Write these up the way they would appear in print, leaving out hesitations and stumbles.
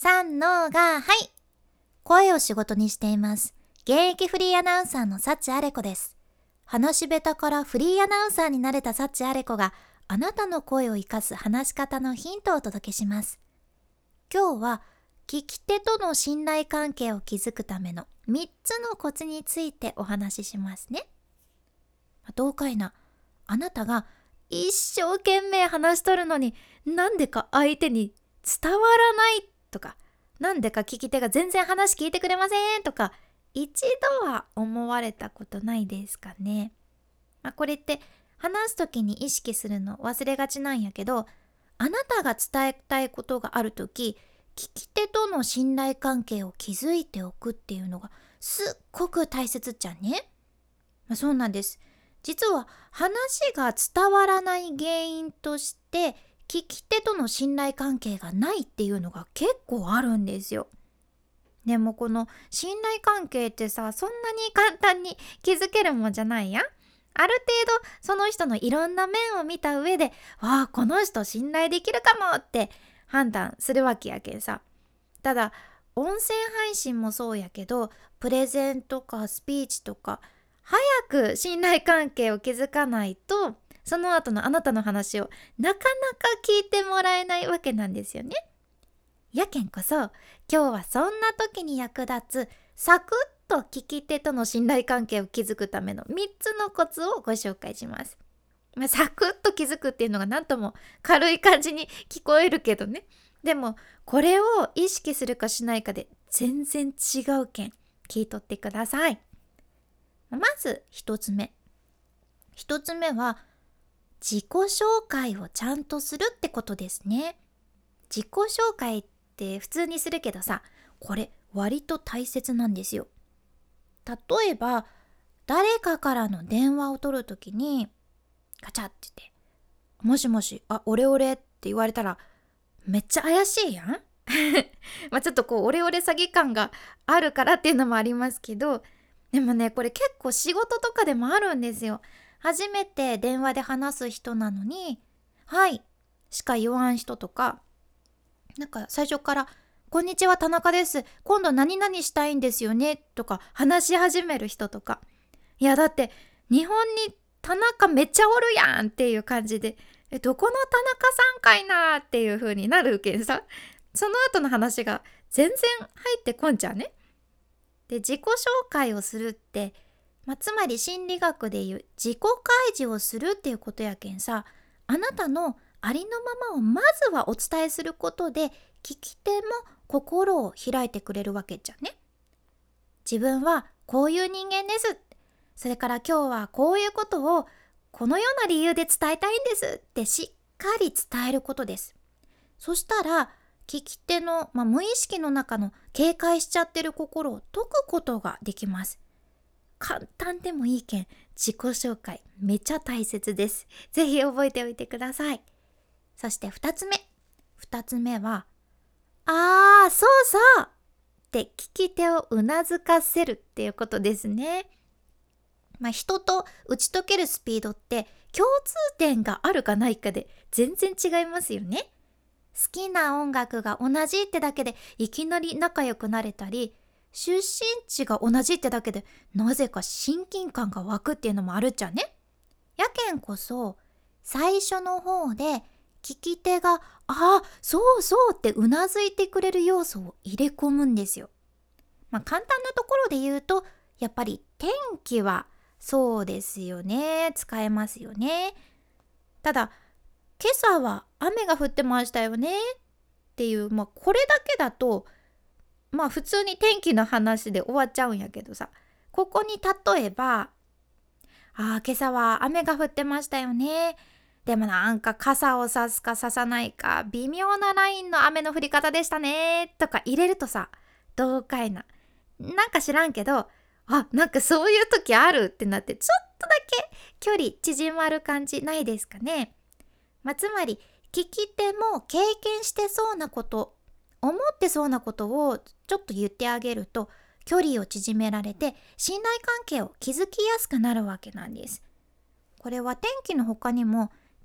三のが、はい。声を仕事にしています。現役フリーアナウンサーの幸あれ子です。話し下手からフリーアナウンサーになれた幸あれ子が、あなたの声を生かす話し方のヒントをお届けします。今日は、聞き手との信頼関係を築くための3つのコツについてお話ししますね。どうかいな。あなたが一生懸命話しとるのに、なんでか相手に伝わらないとか、なんでか聞き手が全然話聞いてくれませんとか、一度は思われたことないですかね。これって話すときに意識するの忘れがちなんやけど、あなたが伝えたいことがあるとき、聞き手との信頼関係を築いておくっていうのがすっごく大切っちゃね。そうなんです。実は話が伝わらない原因として聞き手との信頼関係がないっていうのが結構あるんですよ。でもこの信頼関係ってさ、そんなに簡単に築けるもんじゃないやん。ある程度その人のいろんな面を見た上で、この人信頼できるかもって判断するわけやけんさ。ただ音声配信もそうやけど、プレゼンとかスピーチとか早く信頼関係を築かないと、その後のあなたの話をなかなか聞いてもらえないわけなんですよね。やけんこそ、今日はそんな時に役立つサクッと聞き手との信頼関係を築くための3つのコツをご紹介します。サクッと築くっていうのがなんとも軽い感じに聞こえるけどね。でもこれを意識するかしないかで全然違うけん、聞いとってください。まず1つ目は自己紹介をちゃんとするってことですね。自己紹介って普通にするけどさ、これ割と大切なんですよ。例えば誰かからの電話を取るときにガチャって言って、もしもし、オレオレって言われたらめっちゃ怪しいやんちょっとオレオレ詐欺感があるからっていうのもありますけど、でもね、これ結構仕事とかでもあるんですよ。初めて電話で話す人なのに、はいしか言わん人とか、最初からこんにちは田中です、今度何々したいんですよねとか話し始める人とか、いやだって日本に田中めっちゃおるやんっていう感じで、どこの田中さんかいなっていう風になるけんさ、その後の話が全然入ってこんちゃうね。で、自己紹介をするって、つまり心理学でいう自己開示をするっていうことやけんさ、あなたのありのままをまずはお伝えすることで、聞き手も心を開いてくれるわけじゃね。自分はこういう人間です。それから今日はこういうことをこのような理由で伝えたいんですってしっかり伝えることです。そしたら聞き手の、無意識の中の警戒しちゃってる心を解くことができます。簡単でもいいけん自己紹介めっちゃ大切です。ぜひ覚えておいてください。そして2つ目はそうそうって聞き手をうなずかせるっていうことですね。人と打ち解けるスピードって共通点があるかないかで全然違いますよね。好きな音楽が同じってだけでいきなり仲良くなれたり、出身地が同じってだけでなぜか親近感が湧くっていうのもあるっちゃね。やけんこそ最初の方で聞き手がそうそうってうなずいてくれる要素を入れ込むんですよ。簡単なところで言うと、やっぱり天気はそうですよね、使えますよね。ただ今朝は雨が降ってましたよねっていう、これだけだと普通に天気の話で終わっちゃうんやけどさ、ここに例えば今朝は雨が降ってましたよね、でもなんか傘を差すか差さないか微妙なラインの雨の降り方でしたねとか入れるとさ、どうかいな、なんか知らんけど、なんかそういう時あるってなって、ちょっとだけ距離縮まる感じないですかね。つまり聞き手も経験してそうなこと、思ってそうなことをちょっと言ってあげると、距離を縮められて信頼関係を築きやすくなるわけなんです。これは天気の他にも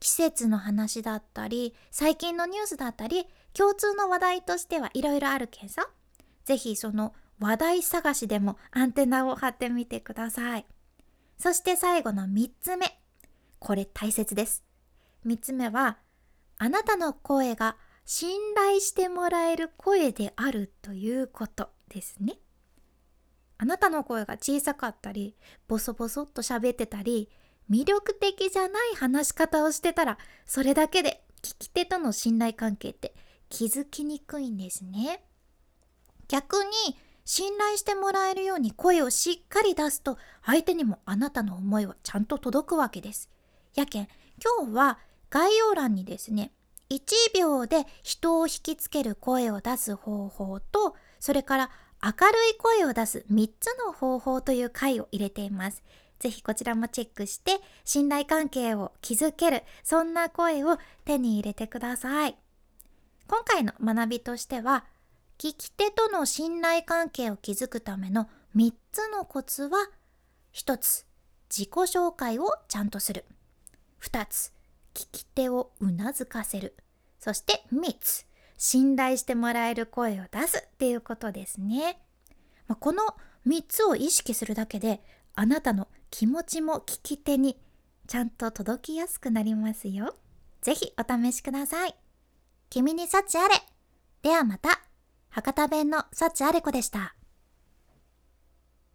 季節の話だったり、最近のニュースだったり、共通の話題としてはいろいろあるけんさ。ぜひその話題探しでもアンテナを張ってみてください。そして最後の3つ目。これ大切です。3つ目は、あなたの声が信頼してもらえる声であるということですね。あなたの声が小さかったり、ボソボソっと喋ってたり、魅力的じゃない話し方をしてたら、それだけで聞き手との信頼関係って築きにくいんですね。逆に信頼してもらえるように声をしっかり出すと、相手にもあなたの思いはちゃんと届くわけです。やけん、今日は概要欄にですね、1秒で人を引きつける声を出す方法と、それから明るい声を出す3つの方法という回を入れています。ぜひこちらもチェックして信頼関係を築ける、そんな声を手に入れてください。今回の学びとしては、聞き手との信頼関係を築くための3つのコツは、1つ、自己紹介をちゃんとする。2つ、聞き手をうなずかせる。そして3つ、信頼してもらえる声を出すっていうことですね。この3つを意識するだけで、あなたの気持ちも聞き手にちゃんと届きやすくなりますよ。ぜひお試しください。君に幸あれ。ではまた。博多弁の幸あれ子でした。